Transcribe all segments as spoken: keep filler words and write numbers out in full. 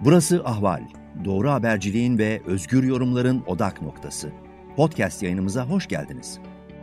Burası Ahval. Doğru haberciliğin ve özgür yorumların odak noktası. Podcast yayınımıza hoş geldiniz.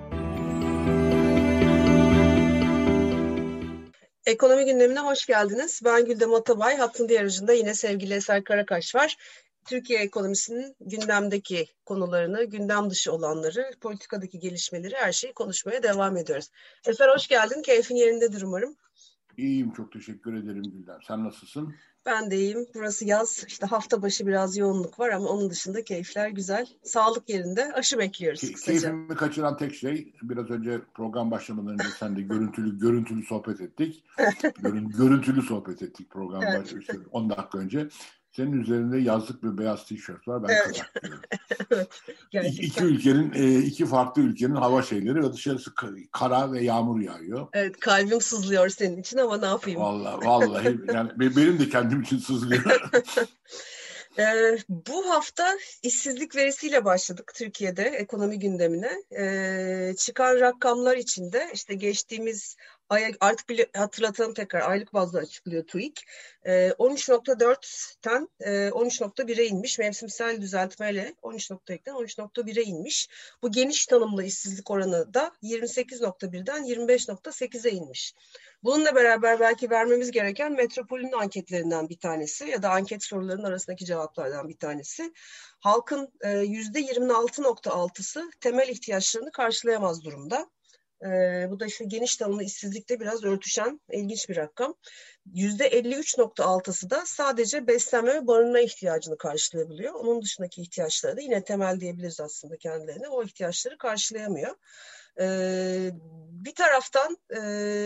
Ekonomi gündemine hoş geldiniz. Ben Güldem Atabay. Hattın diğer ucunda yine sevgili Eser Karakaş var. Türkiye ekonomisinin gündemdeki konularını, gündem dışı olanları, politikadaki gelişmeleri, her şeyi konuşmaya devam ediyoruz. Eser hoş geldin. Keyfin yerindedir umarım. İyiyim, çok teşekkür ederim Güldem. Sen nasılsın? Ben de iyiyim. Burası yaz. İşte hafta başı biraz yoğunluk var ama onun dışında keyifler güzel. Sağlık yerinde. Aşı bekliyoruz Ke- kısaca. Keyfimi kaçıran tek şey, biraz önce program başlamadan önce sen de görüntülü görüntülü sohbet ettik. Görün, görüntülü sohbet ettik program Evet. baş, on dakika önce. Senin üzerinde yazlık bir beyaz tişört var. Ben Evet. kazak giyiyorum. Evet, İki, gerçekten. iki ülkenin, e, iki farklı ülkenin hava şeyleri ve dışarısı ka- kara ve yağmur yağıyor. Evet, kalbim sızlıyor senin için ama ne yapayım? Vallahi, vallahi yani be- benim de kendim için sızlıyor. Ee, bu hafta işsizlik verisiyle başladık Türkiye'de ekonomi gündemine. Ee, çıkan rakamlar içinde işte geçtiğimiz aya artık bile hatırlatalım tekrar aylık bazda açıklıyor TÜİK. Ee, on üç nokta dörtten e, on üç nokta bire inmiş, mevsimsel düzeltmeyle on üç nokta ikiden on üç nokta bire inmiş. Bu geniş tanımlı işsizlik oranı da yirmi sekiz nokta birden yirmi beş nokta sekize inmiş. Bununla beraber belki vermemiz gereken Metropol'ün anketlerinden bir tanesi ya da anket sorularının arasındaki cevaplardan bir tanesi. Halkın yüzde yirmi altı nokta altısı temel ihtiyaçlarını karşılayamaz durumda. E, bu da işte geniş tanımlı işsizlikte biraz örtüşen ilginç bir rakam. yüzde elli üç nokta altısı da sadece beslenme ve barınma ihtiyacını karşılayabiliyor. Onun dışındaki ihtiyaçları da yine temel diyebiliriz aslında kendilerine. O ihtiyaçları karşılayamıyor. Ee, bir taraftan e,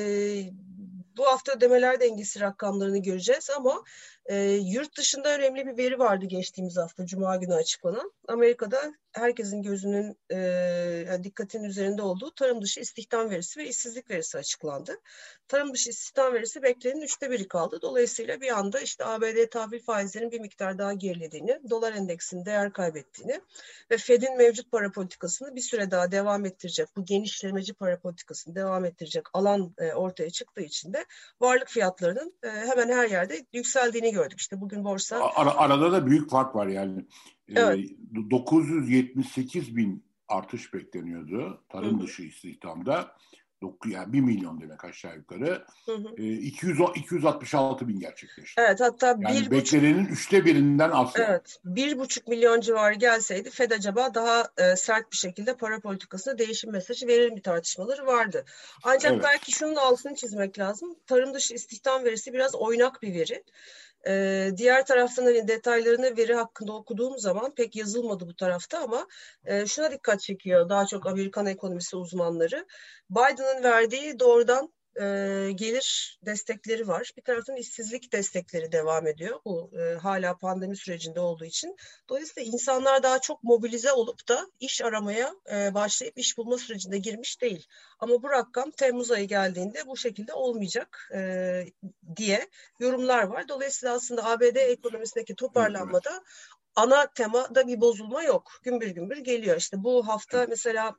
bu hafta ödemeler dengesi rakamlarını göreceğiz ama e, yurt dışında önemli bir veri vardı geçtiğimiz hafta Cuma günü açıklanan. Amerika'da herkesin gözünün e, yani dikkatinin üzerinde olduğu tarım dışı istihdam verisi ve işsizlik verisi açıklandı. Tarım dışı istihdam verisi beklenenin üçte biri kaldı. Dolayısıyla bir anda işte A B D tahvil faizlerinin bir miktar daha gerilediğini, dolar endeksinin değer kaybettiğini ve Fed'in mevcut para politikasını bir süre daha devam ettirecek, bu genişlemeci para politikasını devam ettirecek alan e, ortaya çıktığı için de varlık fiyatlarının e, hemen her yerde yükseldiğini gördük. İşte bugün borsa... Ara, arada da büyük fark var yani. Evet. E, dokuz yüz yetmiş sekiz bin artış bekleniyordu tarım Hı hı. dışı istihdamda. Yani bir milyon demek aşağı yukarı. Hı hı. E, iki yüz, iki yüz altmış altı bin gerçekleşti. Evet, hatta yani bir beklenenin buçuk, üçte birinden az. evet, bir buçuk milyon civarı gelseydi Fed acaba daha e, sert bir şekilde para politikasına değişim mesajı verir mi tartışmaları vardı. Ancak Evet. belki şunun altını çizmek lazım. Tarım dışı istihdam verisi biraz oynak bir veri. Ee, diğer taraftan hani detaylarını veri hakkında okuduğum zaman pek yazılmadı bu tarafta ama e, şuna dikkat çekiyor daha çok Amerikan ekonomisi uzmanları. Biden'ın verdiği doğrudan e, gelir destekleri var. Bir taraftan işsizlik destekleri devam ediyor. Bu e, hala pandemi sürecinde olduğu için. Dolayısıyla insanlar daha çok mobilize olup da iş aramaya e, başlayıp iş bulma sürecinde girmiş değil. Ama bu rakam Temmuz ayı geldiğinde bu şekilde olmayacak e, diye yorumlar var. Dolayısıyla aslında A B D ekonomisindeki toparlanmada evet, evet. ana temada bir bozulma yok. Gümbür gümbür geliyor. İşte bu hafta mesela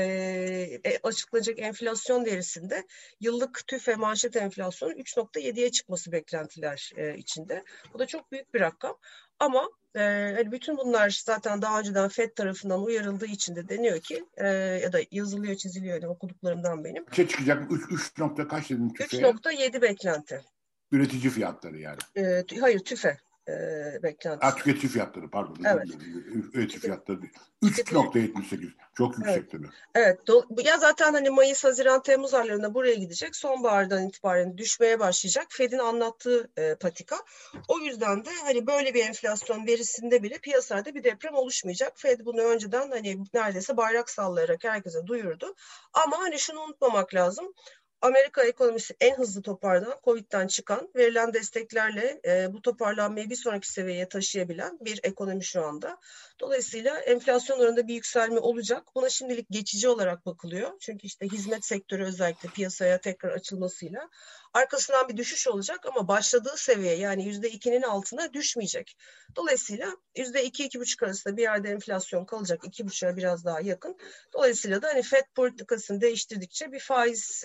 e, açıklanacak enflasyon verisinde yıllık TÜFE manşet enflasyonu üç nokta yediye çıkması beklentiler e, içinde. Bu da çok büyük bir rakam. Ama e, hani bütün bunlar zaten daha önceden Fed tarafından uyarıldığı için de deniyor ki e, ya da yazılıyor çiziliyor yani okuduklarımdan benim. Kaça çıkacak? üç nokta kaç dedin TÜFE'ye? üç nokta yedi beklenti. Üretici fiyatları yani. E, hayır TÜFE. E, beklentisi. Ha, tüketici fiyatları pardon. Evet. Üretici fiyatları değil. üç nokta yetmiş sekiz. Çok yüksek evet. tabii. Evet. Do- ya zaten hani Mayıs, Haziran, Temmuz aylarında buraya gidecek. Sonbahardan itibaren düşmeye başlayacak. Fed'in anlattığı e, patika. O yüzden de hani böyle bir enflasyon verisinde bile piyasada bir deprem oluşmayacak. Fed bunu önceden hani neredeyse bayrak sallayarak herkese duyurdu. Ama hani şunu unutmamak lazım. Amerika ekonomisi en hızlı toparlanan, Covid'den çıkan, verilen desteklerle e, bu toparlanmayı bir sonraki seviyeye taşıyabilen bir ekonomi şu anda. Dolayısıyla enflasyon oranında bir yükselme olacak. Buna şimdilik geçici olarak bakılıyor. Çünkü işte hizmet sektörü özellikle piyasaya tekrar açılmasıyla arkasından bir düşüş olacak ama başladığı seviye yani yüzde ikinin altına düşmeyecek. Dolayısıyla yüzde iki iki buçuk arasında bir yerde enflasyon kalacak. iki buçuğa biraz daha yakın. Dolayısıyla da hani Fed politikasını değiştirdikçe bir faiz e, artışı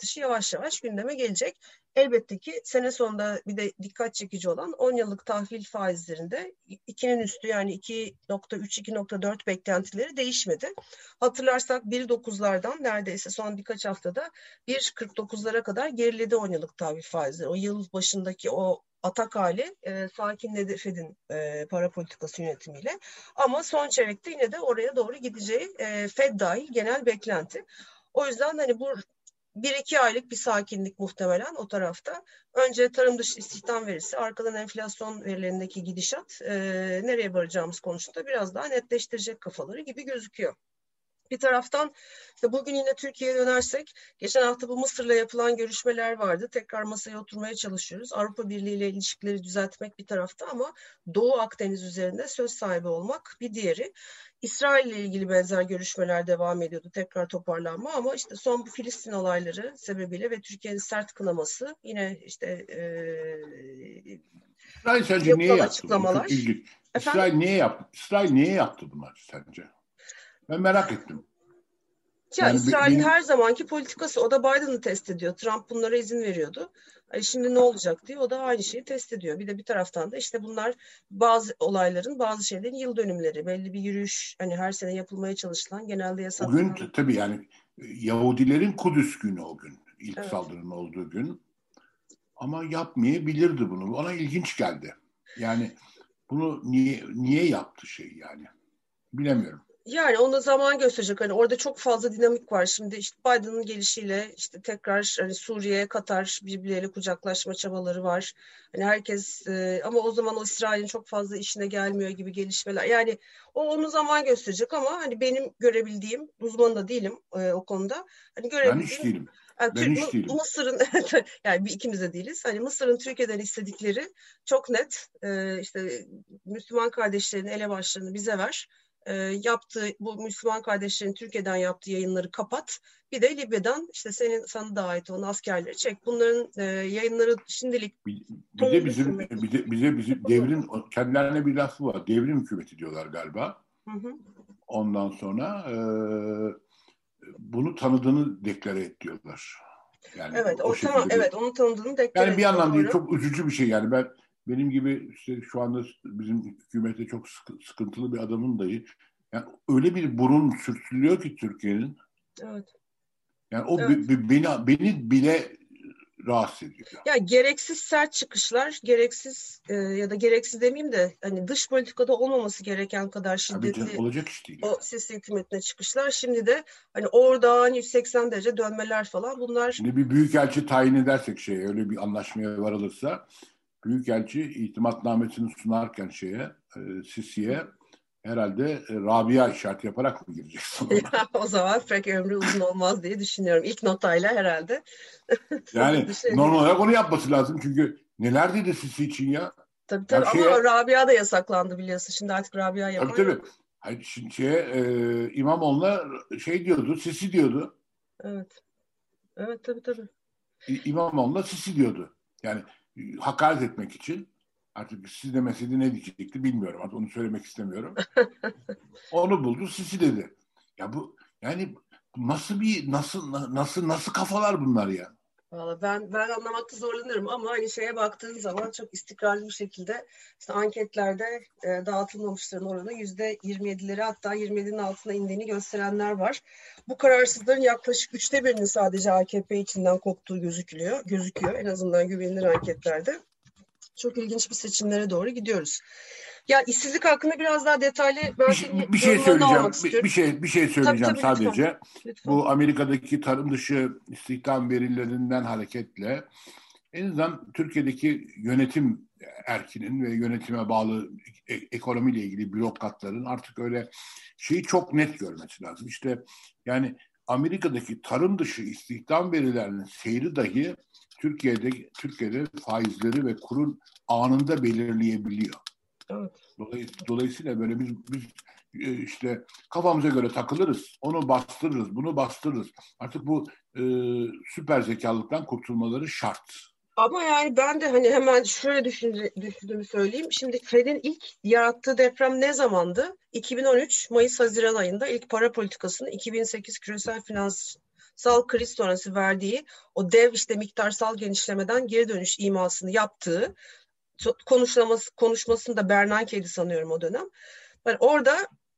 artışı yavaş yavaş gündeme gelecek. Elbette ki sene sonunda bir de dikkat çekici olan on yıllık tahvil faizlerinde ikinin üstü yani iki nokta üç iki nokta dört beklentileri değişmedi. Hatırlarsak bir nokta dokuzlardan neredeyse son birkaç haftada bir nokta kırk dokuzlara kadar geriledi on yıllık tahvil faizleri. O yıl başındaki o atak hali e, sakinledi Fed'in e, para politikası yönetimiyle. Ama son çeyrekte yine de oraya doğru gideceği e, Fed dahil genel beklenti. O yüzden hani bu bir iki aylık bir sakinlik muhtemelen o tarafta. Önce tarım dışı istihdam verisi, arkadan enflasyon verilerindeki gidişat e, nereye varacağımız konusunda biraz daha netleştirecek kafaları gibi gözüküyor. Bir taraftan işte bugün yine Türkiye'ye dönersek, geçen hafta bu Mısır'la yapılan görüşmeler vardı. Tekrar masaya oturmaya çalışıyoruz. Avrupa Birliği ile ilişkileri düzeltmek bir tarafta ama Doğu Akdeniz üzerinde söz sahibi olmak bir diğeri. İsrail ile ilgili benzer görüşmeler devam ediyordu. Tekrar toparlanma ama işte son bu Filistin olayları sebebiyle ve Türkiye'nin sert kınaması yine işte e, İsrail sence niye yaptı açıklamalar. Çok ilginç. İsrail niye yaptı? İsrail niye yaptı bunlar sence? Ben merak ettim. Ya Yani İsrail'in benim... her zamanki politikası. O da Biden'ı test ediyor. Trump bunlara izin veriyordu. Yani şimdi ne olacak diye o da aynı şeyi test ediyor. Bir de bir taraftan da işte bunlar bazı olayların, bazı şeylerin yıl dönümleri. Belli bir yürüyüş hani her sene yapılmaya çalışılan, genelde yasaklanan. O gün tabii yani Yahudilerin Kudüs günü o gün. İlk Evet. saldırının olduğu gün. Ama yapmayabilirdi bunu. Ona ilginç geldi. Yani bunu niye niye yaptı şey yani? Bilemiyorum. Yani ona zaman gösterecek. Hani orada çok fazla dinamik var. Şimdi işte Biden'ın gelişiyle işte tekrar hani Suriye, Katar birbirleriyle kucaklaşma çabaları var. Hani herkes e, ama o zaman o İsrail'in çok fazla işine gelmiyor gibi gelişmeler. Yani o onu zaman gösterecek ama hani benim görebildiğim, uzman da değilim e, o konuda. Hani Ben hiç görebildiğim değilim. yani Ben Türk, hiç değilim. Mısır'ın yani bir ikimiz de değiliz. Hani Mısır'ın Türkiye'den istedikleri çok net. E, işte Müslüman kardeşlerin elebaşlarını bize ver. E, yaptığı bu Müslüman kardeşlerin Türkiye'den yaptığı yayınları kapat. Bir de Libya'dan işte senin sana da ait olan askerleri çek. Bunların e, yayınları şimdilik Bir, bir de bizim bir de, bize bizim devrin kendilerine bir lafı var. Devrim hükümeti diyorlar galiba. Hı hı. Ondan sonra e, bunu tanıdığını deklare et diyorlar. Yani evet, o, o o tamam şekilde. Evet, onu tanıdığını deklare Yani bir yandan değil, doğru. çok üzücü bir şey yani. Ben benim gibi işte şu anda bizim hükümette çok sıkıntılı bir adamın dahi yani öyle bir burun sürtülüyor ki Türkiye'nin. Evet. Yani o Evet. b- beni beni bile rahatsız ediyor. Ya gereksiz sert çıkışlar, gereksiz e, ya da gereksiz demeyeyim de hani dış politikada olmaması gereken kadar şiddetli Tabii olacak iş değil. o Sisi hükümetine çıkışlar. Şimdi de hani oradan yüz seksen derece dönmeler falan bunlar. Şimdi bir büyükelçi tayin edersek şeye öyle bir anlaşmaya varılırsa büyükelçi itimatnamesini sunarken şeye e, Sisi'ye herhalde e, Rabia işareti yaparak mı gireceksin ona? O zaman pek ömrü uzun olmaz diye düşünüyorum. İlk notayla herhalde. Yani normal olarak onu yapması lazım çünkü neler dedi Sisi için ya? Tabii tabii şeye, ama Rabia da yasaklandı biliyorsun. Şimdi artık Rabia yapan tabii, yok. tabii. Hayır, şimdi şeye, e, İmamoğlu'na şey diyordu, Sisi diyordu. Evet. Evet tabii tabii. İmamoğlu'na Sisi diyordu. Yani e, hakaret etmek için. Artık siz demeseydi ne diyecekti bilmiyorum. Artık onu söylemek istemiyorum. Onu buldu, Sisi dedi. Ya bu yani nasıl bir nasıl nasıl nasıl kafalar bunlar ya? Vallahi ben ben anlamakta zorlanırım ama hani şeye baktığın zaman çok istikrarlı bir şekilde işte anketlerde e, dağıtılmamışların oranı yüzde yirmi yedileri hatta yirmi yedinin altına indiğini gösterenler var. Bu kararsızların yaklaşık üçte birinin sadece A K P içinden koptuğu gözüküyor. Gözüküyor en azından güvenilir anketlerde. Çok ilginç bir seçimlere doğru gidiyoruz. Ya işsizlik hakkında biraz daha detaylı ben bir, senin bir şey söyleyeceğim. Bir, bir şey bir şey söyleyeceğim tabii, tabii, sadece. lütfen. Lütfen. Bu Amerika'daki tarım dışı istihdam verilerinden hareketle en azından Türkiye'deki yönetim erkinin ve yönetime bağlı e- ekonomiyle ilgili bürokratların artık öyle şeyi çok net görmesi lazım. İşte yani Amerika'daki tarım dışı istihdam verilerinin seyri dahi Türkiye'de Türkiye'de faizleri ve kurun anında belirleyebiliyor. Evet. Dolayısıyla böyle biz, biz işte kafamıza göre takılırız. Onu bastırırız, bunu bastırırız. Artık bu e, süper zekalıktan kurtulmaları şart. Ama yani ben de hani hemen şöyle düşündüğümü söyleyeyim. Şimdi Fed'in ilk yarattığı deprem ne zamandı? iki bin on üç Mayıs-Haziran ayında ilk para politikasını iki bin sekiz küresel finans finansal kriz sonrası verdiği o dev işte miktarsal genişlemeden geri dönüş imasını yaptığı konuşması, konuşmasını da Bernanke'ydi sanıyorum o dönem. Yani orada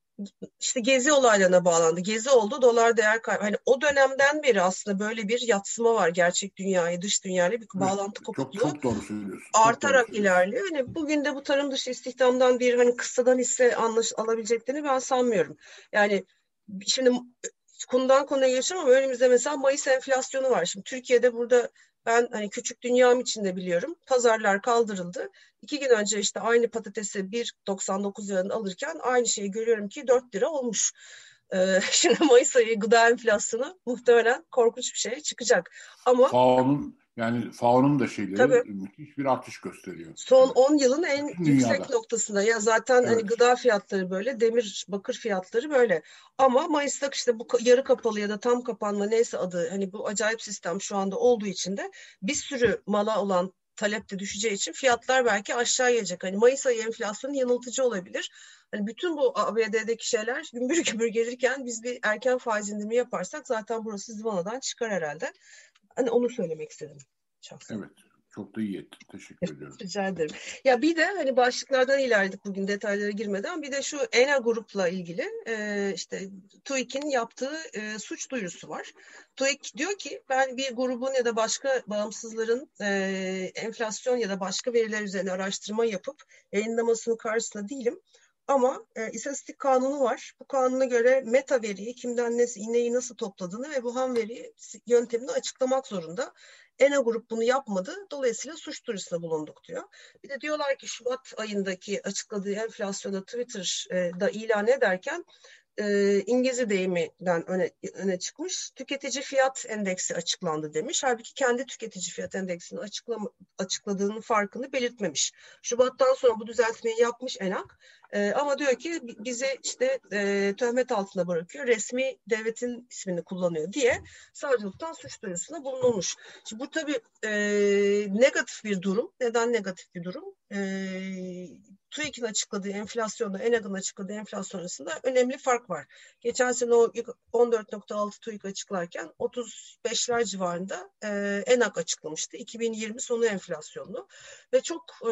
işte Gezi olaylarına bağlandı. Gezi oldu, dolar değer kaybı. Hani o dönemden beri aslında böyle bir yadsıma var gerçek dünyayı, dış dünyayla bir evet, bağlantı kopukluğu. Çok, çok doğru söylüyorsun. Artarak doğru ilerliyor. Hani bugün de bu tarım dışı istihdamdan bir hani kıssadan hisse anlaş, alabileceklerini ben sanmıyorum. Yani şimdi konudan konuya geçiyorum ama önümüzde mesela Mayıs enflasyonu var. Şimdi Türkiye'de burada ben hani küçük dünyam içinde biliyorum. Pazarlar kaldırıldı. İki gün önce işte aynı patatesi bir doksan dokuz liradan alırken aynı şeyi görüyorum ki dört lira olmuş. Ee, şimdi Mayıs ayı gıda enflasyonu muhtemelen korkunç bir şey çıkacak. Ama F A O'nun yani F A O'nun da şeyleri tabii, müthiş bir artış gösteriyor. son Evet. on yılın en Bütün yüksek dünyada. noktasında. Ya zaten Evet. hani gıda fiyatları böyle, demir, bakır fiyatları böyle. Ama Mayıs'ta işte bu yarı kapalı ya da tam kapanma neyse adı, hani bu acayip sistem şu anda olduğu için de bir sürü mala olan talep de düşeceği için fiyatlar belki aşağı gelecek. Hani Mayıs ayı enflasyonu yanıltıcı olabilir. Hani bütün bu A B D'deki şeyler gümbür gümbür gelirken biz bir erken faiz indirimi yaparsak zaten burası zıvanadan çıkar herhalde. Hani onu söylemek istedim şahsen. Evet. Çok da iyi ettin. Teşekkür ediyorum. Rica ederim. Ya bir de hani başlıklardan ilerledik bugün detaylara girmeden. Bir de şu ENA Grup'la ilgili e, işte TÜİK'in yaptığı e, suç duyurusu var. TÜİK diyor ki ben bir grubun ya da başka bağımsızların e, enflasyon ya da başka veriler üzerine araştırma yapıp yayınlamasının karşısında değilim. Ama e, istatistik kanunu var. Bu kanuna göre meta veriyi kimden ne, neyi nasıl topladığını ve bu ham veri yöntemini açıklamak zorunda. ENA Grup bunu yapmadı. Dolayısıyla suç duyurusunda bulunduk diyor. Bir de diyorlar ki Şubat ayındaki açıkladığı enflasyonu Twitter'da ilan ederken e, İngilizce deyiminden öne, öne çıkmış. Tüketici fiyat endeksi açıklandı demiş. Halbuki kendi tüketici fiyat endeksini açıklama, açıkladığının farkını belirtmemiş. Şubattan sonra bu düzeltmeyi yapmış ENAK. E, ama diyor ki bizi işte e, töhmet altına bırakıyor. Resmi devletin ismini kullanıyor diye savcılıktan suç duyurusunda bulunulmuş. Şimdi bu tabii e, negatif bir durum. Neden negatif bir durum? E, TÜİK'in açıkladığı enflasyonla ENAK'ın açıkladığı enflasyon arasında önemli fark var. Geçen sene o on dört nokta altı TÜİK açıklarken otuz beşler civarında e, ENAK açıklamıştı. iki bin yirmi sonu enflasyonlu ve çok e,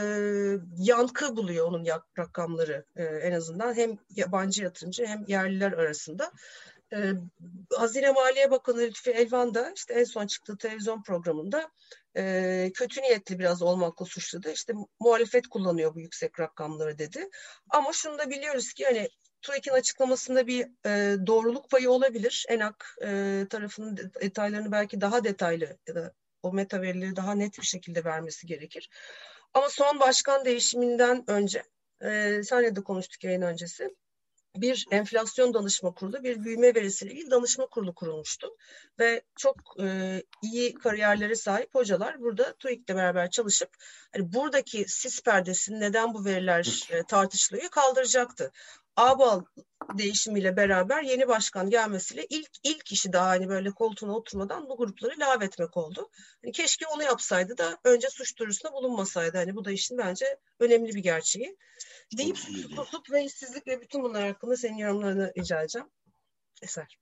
yankı buluyor onun rakamları e, en azından hem yabancı yatırımcı hem yerliler arasında. Ee, Hazine Maliye Bakanı Lütfi Elvan da işte en son çıktığı televizyon programında e, kötü niyetli biraz olmakla suçladı. İşte muhalefet kullanıyor bu yüksek rakamları dedi. Ama şunu da biliyoruz ki hani TÜİK'in açıklamasında bir e, doğruluk payı olabilir. ENAK e, tarafının detaylarını belki daha detaylı ya da o meta verileri daha net bir şekilde vermesi gerekir. Ama son başkan değişiminden önce e, senle de konuştuk yayın öncesi. Bir enflasyon danışma kurulu, bir büyüme verisiyle ilgili danışma kurulu kurulmuştu. Ve çok e, iyi kariyerlere sahip hocalar burada TÜİK'le beraber çalışıp hani buradaki sis perdesini neden bu veriler e, tartışılıyor kaldıracaktı. ABAL değişimiyle beraber yeni başkan gelmesiyle ilk ilk işi daha hani böyle koltuğuna oturmadan bu grupları lağvetmek oldu. Hani keşke onu yapsaydı da önce suç duyurusunda bulunmasaydı. Hani bu da işin bence önemli bir gerçeği. Deyip susup ve işsizlik ve bütün bunlar hakkında senin yorumlarını rica edeceğim. Eser.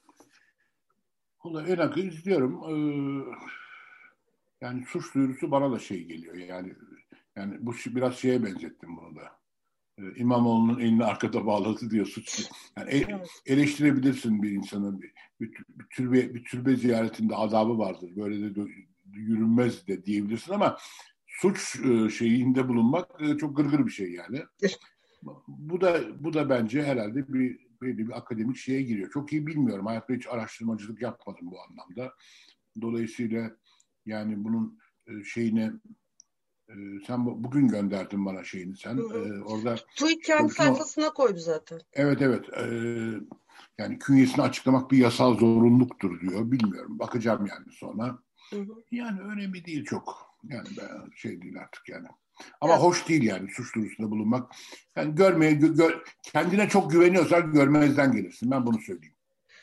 Vallahi ENAK'ı izliyorum. Ee, yani suç duyurusu bana da şey geliyor. Yani yani bu biraz şeye benzettim bunu da. Ee, İmamoğlu'nun elini arkada bağladı diyor suçlu. Yani e, Evet. eleştirebilirsin bir insanı. Bir, bir, bir türbe bir türbe ziyaretinde adabı vardır. Böyle de yürünmez de diyebilirsin ama suç e, şeyinde bulunmak e, çok gırgır bir şey yani. Bu da bu da bence herhalde bir belli bir akademik şeye giriyor. Çok iyi bilmiyorum. Hayatta hiç araştırmacılık yapmadım bu anlamda. Dolayısıyla yani bunun e, şeyine e, sen bu, bugün gönderdin bana şeyini sen. Hı hı. E, orada TÜİK kendi bütün o, sayfasına koydu zaten. evet evet e, yani künyesini açıklamak bir yasal zorunluluktur diyor. Bilmiyorum. Bakacağım yani sonra. Hı hı. Yani önemli değil çok. Yani ben, şey değil artık yani. Ama Evet. hoş değil yani suç duyurusunda bulunmak. Yani görmeye, gö, kendine çok güveniyorsan görmezden gelirsin. Ben bunu söyleyeyim.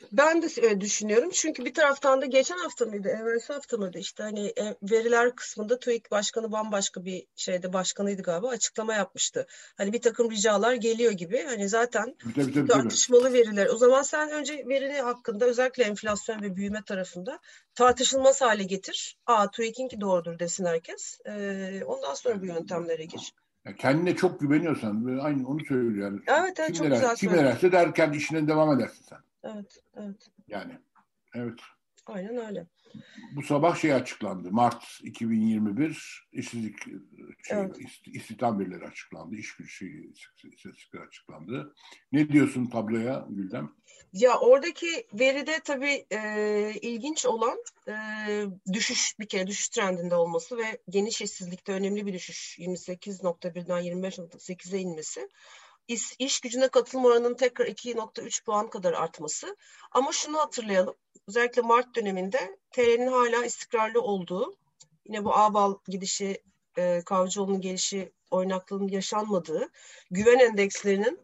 Ben de öyle düşünüyorum. Çünkü bir taraftan da geçen hafta mıydı, evvelsi hafta mıydı işte hani e, veriler kısmında TÜİK Başkanı bambaşka bir şeyde başkanıydı galiba açıklama yapmıştı. Hani bir takım ricalar geliyor gibi. Hani zaten Tabii tabii tabii. tartışmalı veriler. O zaman sen önce verini hakkında özellikle enflasyon ve büyüme tarafında tartışılmaz hale getir. Aa TÜİK'inki doğrudur desin herkes. Ee, ondan sonra bu yöntemlere gir. Yani kendine çok güveniyorsan aynı onu söylüyor. Yani Evet, evet kim çok neler güzel kim söyledin. nelerse derken işine devam edersin sen. Evet, evet. Yani evet. Aynen öyle. Bu sabah şey açıklandı. Mart iki bin yirmi bir işsizlik şey Evet. istihdam verileri açıklandı. İş gücü şey, istatistikleri açıklandı. Ne diyorsun tabloya Güldem? Ya oradaki veride tabii e, ilginç olan e, düşüş bir kere düşüş trendinde olması ve geniş işsizlikte önemli bir düşüş yirmi sekiz nokta birden yirmi beş nokta sekize inmesi. İş, iş gücüne katılım oranının tekrar iki nokta üç puan kadar artması. Ama şunu hatırlayalım. Özellikle Mart döneminde T L'nin hala istikrarlı olduğu, yine bu Ağbal gidişi, e, Kavcıoğlu'nun gelişi, oynaklığının yaşanmadığı, güven endekslerinin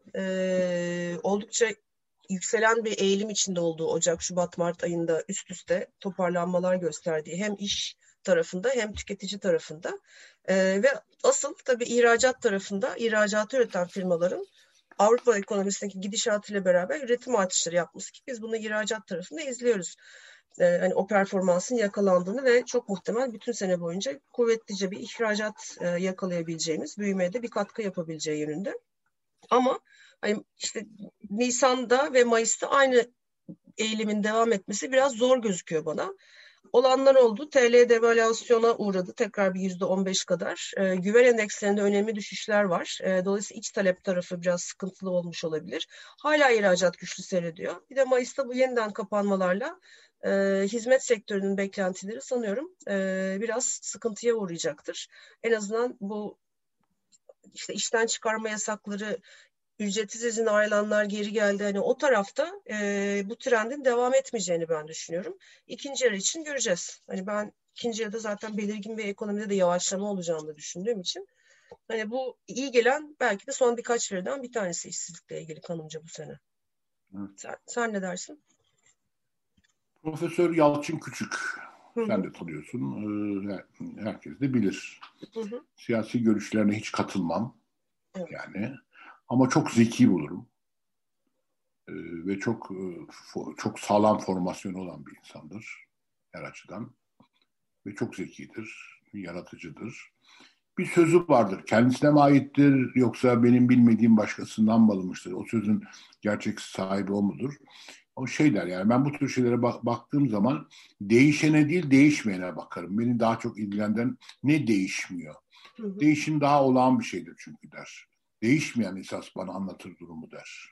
e, oldukça yükselen bir eğilim içinde olduğu Ocak, Şubat, Mart ayında üst üste toparlanmalar gösterdiği hem iş tarafında hem tüketici tarafında e, ve asıl tabii ihracat tarafında ihracatı üreten firmaların Avrupa ekonomisindeki gidişatıyla beraber üretim artışları yapması ki biz bunu ihracat tarafında izliyoruz. Ee, hani o performansın yakalandığını ve çok muhtemel bütün sene boyunca kuvvetlice bir ihracat e, yakalayabileceğimiz, büyümeye de bir katkı yapabileceği yönünde. Ama hani işte Nisan'da ve Mayıs'ta aynı eğilimin devam etmesi biraz zor gözüküyor bana. Olanlar oldu. T L devalüasyona uğradı. Tekrar bir yüzde on beş kadar. E, güven endekslerinde önemli düşüşler var. E, dolayısıyla iç talep tarafı biraz sıkıntılı olmuş olabilir. Hala ihracat güçlü seyrediyor. Bir de Mayıs'ta bu yeniden kapanmalarla e, hizmet sektörünün beklentileri sanıyorum e, biraz sıkıntıya uğrayacaktır. En azından bu işte işten çıkarma yasakları, ücretsiz izin ayrılanlar geri geldi. Hani o tarafta e, bu trendin devam etmeyeceğini ben düşünüyorum. İkinci yarı için göreceğiz. Hani ben ikinci yarıda zaten belirgin bir ekonomide de yavaşlama olacağını düşündüğüm için hani bu iyi gelen belki de son birkaç veriden bir tanesi işsizlikle ilgili kanımca bu sene. Evet. Sen, sen ne dersin? Profesör Yalçın Küçük. Hı Sen hı. de tanıyorsun. Ee, herkes de bilir. Hı hı. Siyasi görüşlerine hiç katılmam. Evet. Yani. Ama çok zeki bulurum. Ee, ve çok çok sağlam formasyonu olan bir insandır. Her açıdan. Ve çok zekidir. Yaratıcıdır. Bir sözü vardır. Kendisine mi aittir yoksa benim bilmediğim başkasından mı alınmıştır? O sözün gerçek sahibi o mudur? O şey der yani ben bu tür şeylere bak- baktığım zaman değişene değil değişmeyene bakarım. Beni daha çok ilgilendiren ne değişmiyor? Hı hı. Değişim daha olağan bir şeydir çünkü der. Değişmeyen esas bana anlatır durumu der.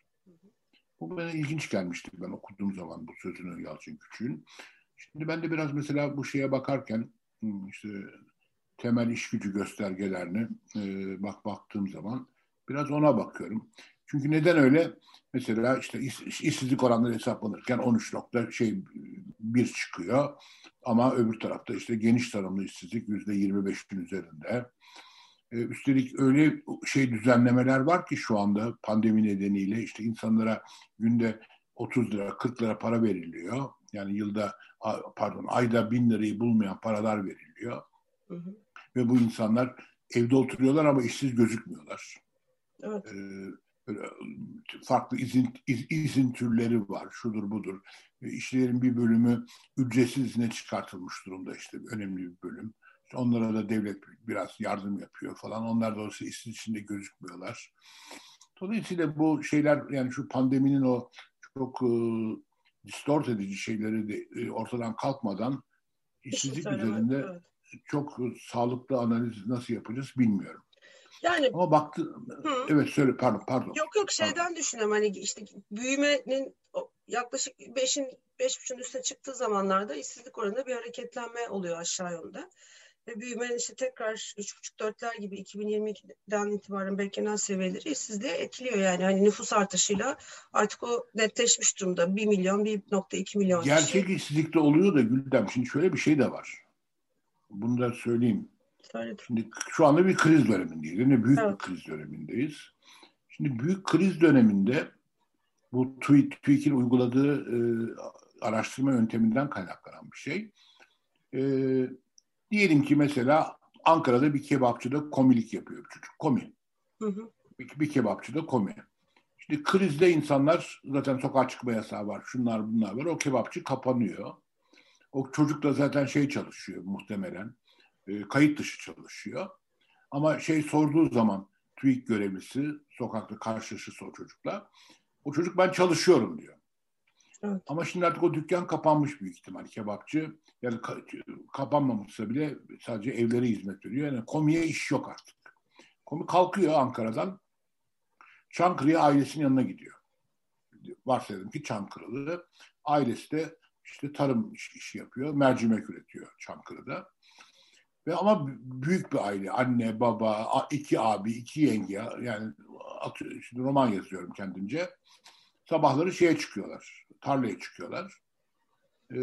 Bu bana ilginç gelmişti ben okuduğum zaman bu sözünü Yalçın Küçük'ün. Şimdi ben de biraz mesela bu şeye bakarken işte temel iş gücü göstergelerini e, bak baktığım zaman biraz ona bakıyorum. Çünkü neden öyle? Mesela işte iş, işsizlik oranları hesaplanırken on üç nokta şey bir çıkıyor. Ama öbür tarafta işte geniş tanımlı işsizlik yüzde yirmi beşin üzerinde. E, üstelik öyle şey düzenlemeler var ki şu anda pandemi nedeniyle işte insanlara günde otuz lira kırk lira para veriliyor. Yani yılda pardon ayda bin lirayı bulmayan paralar veriliyor. Hı hı. Ve bu insanlar evde oturuyorlar ama işsiz gözükmüyorlar. Evet. Ee, farklı izin, iz, izin türleri var, şudur budur. E, işlerin bir bölümü ücretsiz izne çıkartılmış durumda işte önemli bir bölüm. İşte onlara da devlet biraz yardım yapıyor falan. Onlar da olsa işsiz içinde gözükmüyorlar. Dolayısıyla bu şeyler yani şu pandeminin o çok e, distort edici şeyleri de e, ortadan kalkmadan Bir şey işsizlik söylemem. üzerinde Evet. çok sağlıklı analiz nasıl yapacağız bilmiyorum. Yani Ama baktı hı. evet söyle pardon pardon. Yok yok Pardon. şeyden düşünüyorum hani işte büyümenin yaklaşık beşin beş buçuğun üstüne çıktığı zamanlarda işsizlik oranında bir hareketlenme oluyor aşağı yönde. Ve büyümenin işte tekrar üç buçuk dörtler gibi iki bin yirmi ikiden itibaren beklenen seviyeleri işsizliğe etkiliyor yani. Hani nüfus artışıyla artık o netleşmiş durumda. bir milyon, bir nokta iki milyon kişi. Gerçek işsizlikte oluyor da Güldem. Şimdi şöyle bir şey de var. Bunu da söyleyeyim. Söyledim. Şimdi şu anda bir kriz dönemindeyiz. Yani büyük bir Evet. kriz dönemindeyiz. Şimdi büyük kriz döneminde bu TÜİK'in uyguladığı e, araştırma yönteminden kaynaklanan bir şey. E, diyelim ki mesela Ankara'da bir kebapçıda komilik yapıyor bir çocuk. Komi. Hı hı. Bir, bir kebapçıda komi. İşte krizde insanlar zaten sokağa çıkma yasağı var. Şunlar bunlar var. O kebapçı kapanıyor. O çocuk da zaten şey çalışıyor muhtemelen. E, kayıt dışı çalışıyor. Ama şey sorduğu zaman TÜİK görevlisi sokakta karşılaşırsa o çocukla. O çocuk ben çalışıyorum diyor. Evet. Ama şimdi artık o dükkan kapanmış büyük ihtimal kebapçı. Yani kapanmamışsa bile sadece evlere hizmet veriyor. Yani komiye iş yok artık. Komi kalkıyor Ankara'dan. Çankırı'ya ailesinin yanına gidiyor. Varsayalım ki Çankırılı. Ailesi de işte tarım işi yapıyor. Mercimek üretiyor Çankırı'da. Ve ama büyük bir aile. Anne, baba, iki abi, iki yenge. Yani şimdi roman yazıyorum kendimce. Sabahları şeye çıkıyorlar. Tarlaya çıkıyorlar. Ee,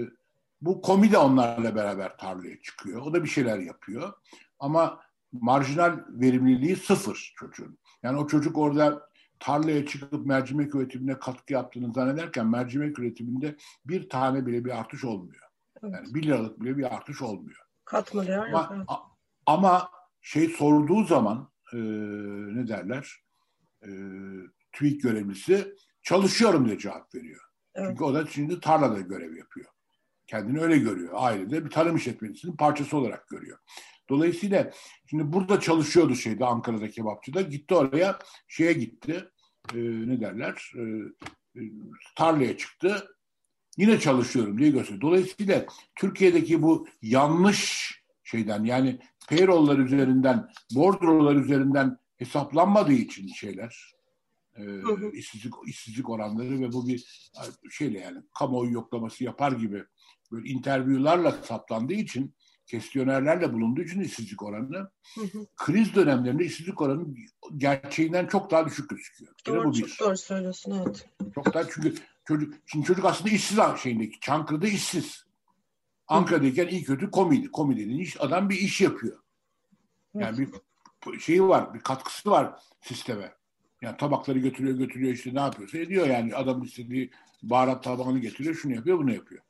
bu komi de onlarla beraber tarlaya çıkıyor. O da bir şeyler yapıyor. Ama marjinal verimliliği sıfır çocuğun. Yani o çocuk orada tarlaya çıkıp mercimek üretimine katkı yaptığını zannederken mercimek üretiminde bir tane bile bir artış olmuyor. Yani bir liralık bile bir artış olmuyor. Katma değer ama, yok. a, ama şey sorduğu zaman e, ne derler e, TÜİK görevlisi çalışıyorum diye cevap veriyor. Evet. Çünkü o da şimdi tarlada görev yapıyor. Kendini öyle görüyor. Ailede bir tarım işletmesinin parçası olarak görüyor. Dolayısıyla şimdi burada çalışıyordu şeyde Ankara'da kebapçıda. Gitti oraya şeye gitti. E, ne derler? E, e, tarlaya çıktı. Yine çalışıyorum diye gösteriyor. Dolayısıyla Türkiye'deki bu yanlış şeyden yani payroll'lar üzerinden, bordrolar üzerinden hesaplanmadığı için şeyler e, hı hı. işsizlik işsizlik oranları ve bu bir şeyle yani kamuoyu yoklaması yapar gibi böyle interview'larla saptandığı için kestiyonerlerle bulunduğu için işsizlik oranı hı hı. kriz dönemlerinde işsizlik oranı gerçeğinden çok daha düşük gözüküyor. Doğru, bu bir. Çok doğru söylüyorsun evet. Çok daha çünkü çocuk şimdi çocuk aslında işsiz şeyindeki Çankırı'da işsiz. Ankara'dayken iyi kötü komiydi. Komi dediğin iş adam bir iş yapıyor. Yani bir şeyi var, bir katkısı var sisteme. Yani tabakları götürüyor, götürüyor işte ne yapıyorsa ediyor yani. Adam istediği baharat tabağını getiriyor, şunu yapıyor, bunu yapıyor.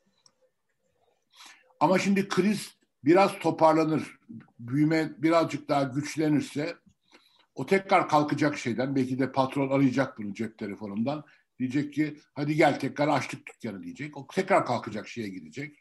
Ama şimdi kriz biraz toparlanır. Büyüme birazcık daha güçlenirse o tekrar kalkacak şeyden. Belki de patron arayacak bunu cep telefonundan. Diyecek ki hadi gel tekrar açtık dükkanı diyecek. O tekrar kalkacak şeye gidecek.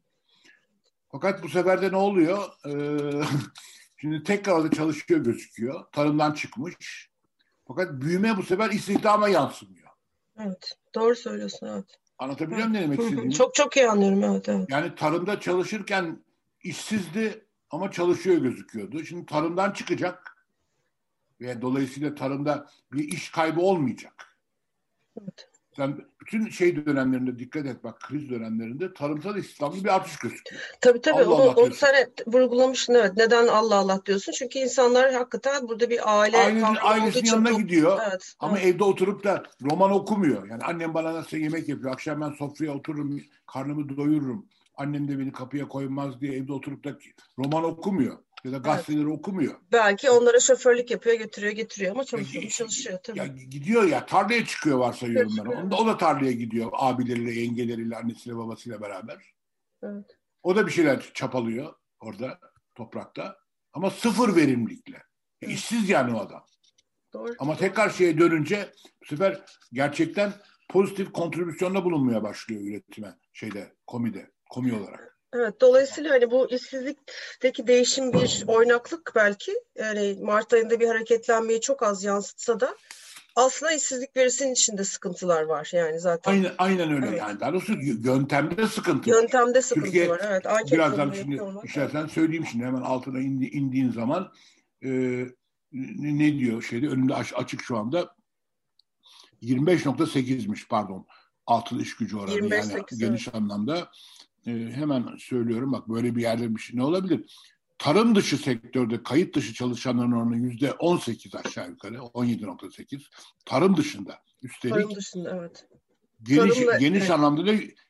Fakat bu sefer de ne oluyor? Ee, şimdi tekrar orada çalışıyor gözüküyor. Tarımdan çıkmış. Fakat büyüme bu sefer istihdama yansımıyor. Evet. Doğru söylüyorsun evet. Anlatabiliyor muyum ne demek istediğimi? Çok çok iyi anlıyorum evet, evet. Yani tarımda çalışırken işsizdi ama çalışıyor gözüküyordu. Şimdi tarımdan çıkacak ve dolayısıyla tarımda bir iş kaybı olmayacak. Evet. Sen bütün şey dönemlerinde dikkat et bak kriz dönemlerinde tarımsal istihdamda bir artış gözüküyor. Tabii tabii Allah onu, Allah onu sen vurgulamışsın evet. Neden Allah Allah diyorsun? Çünkü insanlar hakikaten burada bir aile Aile, ailesinin yanına çok... gidiyor evet, ama evet. evde oturup da roman okumuyor. Yani annem bana nasıl yemek yapıyor. Akşam ben sofraya otururum, karnımı doyururum. Annem de beni kapıya koymaz diye evde oturup da roman okumuyor. Ya da gazeteleri evet. okumuyor. Belki onlara şoförlük yapıyor, götürüyor, getiriyor ama çalışıyor, ya, çalışıyor tabii. Ya, gidiyor ya, tarlaya çıkıyor varsayıyorum ben. Onda, o da tarlaya gidiyor abileriyle, yengeleriyle, annesiyle, babasıyla beraber. Evet. O da bir şeyler çapalıyor orada, toprakta. Ama sıfır verimlilikle. Evet. İşsiz yani o adam. Doğru. Ama tekrar şeye dönünce bu sefer gerçekten pozitif kontribüsyonda bulunmaya başlıyor üretime, şeyde, komide, komi olarak. Evet, dolayısıyla hani bu işsizlikteki değişim bir oynaklık belki yani Mart ayında bir hareketlenmeyi çok az yansıtsa da aslında işsizlik verisinin içinde sıkıntılar var yani zaten. Aynen, aynen öyle evet. Yani daha doğrusu yöntemde sıkıntı var. Yöntemde sıkıntı Türkiye, var evet. Anket birazdan şimdi işlersen evet. söyleyeyim şimdi hemen altına indi, indiğin zaman e, ne, ne diyor şeyde önümde açık şu anda yirmi beş nokta sekizmiş pardon altılı iş gücü oranı yani sekiz, geniş evet. anlamda. Ee, hemen söylüyorum bak böyle bir yerde bir şey ne olabilir? Tarım dışı sektörde kayıt dışı çalışanların oranı yüzde on sekiz aşağı yukarı on yedi nokta sekiz. Tarım dışında üstelik. Tarım dışında evet. Geniş, Tarımla, geniş evet. anlamda da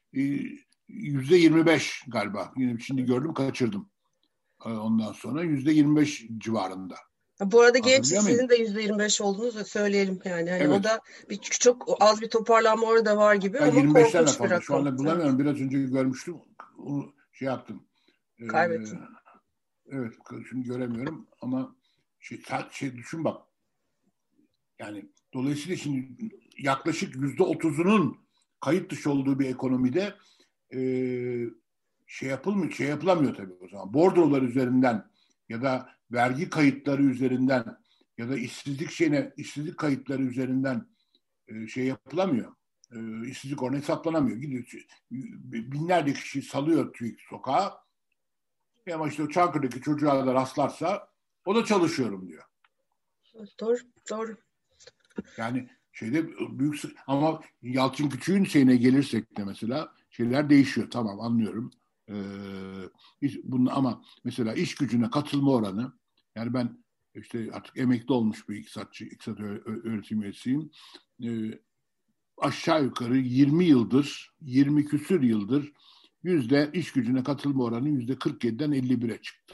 yüzde yirmi beş galiba. Yine şimdi gördüm kaçırdım. Ondan sonra yüzde yirmi beş civarında. Bu arada genç Anlatabiliyor muyum? işsizliğin de yüzde yirmi beş olduğunu söyleyelim yani. Hani o Evet. da bir, çok az bir toparlanma orada var gibi Ya ama yirmi beşten de korkunç bir fazla. Şu rakam. anda Evet, bulamıyorum. Biraz önce görmüştüm. Onu şey yaptım. Ee, kaybettim. evet, şimdi göremiyorum ama şey, şey düşün bak. Yani dolayısıyla şimdi yaklaşık yüzde otuzunun kayıt dışı olduğu bir ekonomide e, şey yapılmıyor, şey yapılamıyor tabii o zaman. Bordrolar üzerinden ya da vergi kayıtları üzerinden ya da işsizlik şeyine, işsizlik kayıtları üzerinden e, şey yapılamıyor. E, işsizlik oranı hesaplanamıyor. Gidiyor, binlerce kişi salıyor TÜİK sokağa. Ama işte o Çankırı'daki çocuğa da rastlarsa o da çalışıyorum diyor. Doğru, doğru. Yani şeyde büyük ama Yalçın Küçük'ün şeyine gelirsek de mesela şeyler değişiyor. Tamam, anlıyorum. Ee, bunun ama mesela iş gücüne katılma oranı, yani ben işte artık emekli olmuş bir iktisatçı, iktisat öğretim üyesiyim. Ee, aşağı yukarı yirmi yıldır, yirmi küsür yıldır yüzde iş gücüne katılma oranı yüzde kırk yediden elli bire çıktı.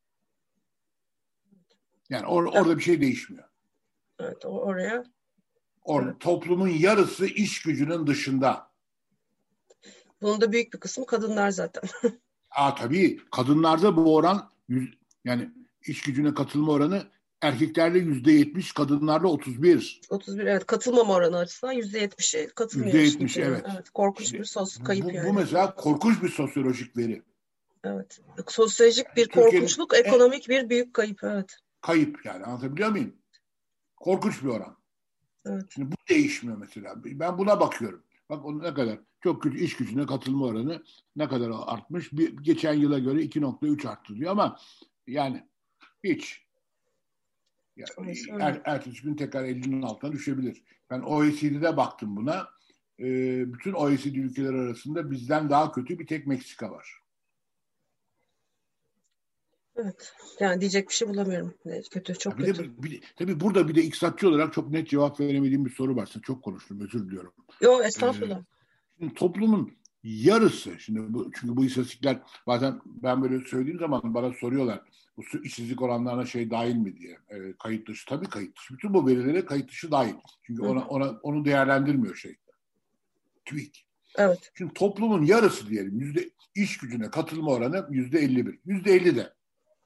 Yani or, orada bir şey değişmiyor. Evet, oraya. Or, Evet. Toplumun yarısı iş gücünün dışında. Bunun da büyük bir kısmı kadınlar zaten. Aa, tabii kadınlarda bu oran yüz, yani iş gücüne katılma oranı erkeklerde yüzde yetmiş, kadınlarda otuz bir. otuz bir, evet, katılmama oranı açısından yüzde yetmişi Yüzde katılmıyormuş yetmiş, gibi. Yani. evet. Evet, korkunç bir Şimdi sos bu, kayıp bu, bu yani. mesela korkunç bir sosyolojik veri. Evet. Sosyolojik Yani bir Türkiye'nin korkunçluk, en ekonomik bir büyük kayıp. Evet. kayıp, yani anlatabiliyor muyum? Korkunç bir oran. Evet. Şimdi bu değişmiyor mesela. Ben buna bakıyorum. Bak o ne kadar çok kötü, iş gücüne katılma oranı ne kadar artmış. Bir, geçen yıla göre iki nokta üç arttı diyor ama yani hiç. Yani er, ertesi gün tekrar ellinin altına düşebilir. Ben O E C D'de baktım buna. E, bütün O E C D ülkeleri arasında bizden daha kötü bir tek Meksika var. Evet. Yani diyecek bir şey bulamıyorum. Ne, kötü, çok Ya bir de, kötü. bir, tabii burada bir de iktisatçı olarak çok net cevap veremediğim bir soru var. Çok konuştum, özür diliyorum. Yo, E, estağfurullah. şimdi toplumun yarısı, şimdi bu, çünkü bu istatistikler bazen ben böyle söylediğim zaman bana soruyorlar, bu işsizlik oranlarına şey dahil mi diye, e, kayıt dışı. Tabii kayıt dışı. Bütün bu verilere kayıt dışı dahil. Çünkü Hı ona, hı. ona onu değerlendirmiyor şey. TÜİK. Evet. Şimdi toplumun yarısı diyelim, yüzde iş gücüne katılma oranı yüzde elli bir. Yüzde elli de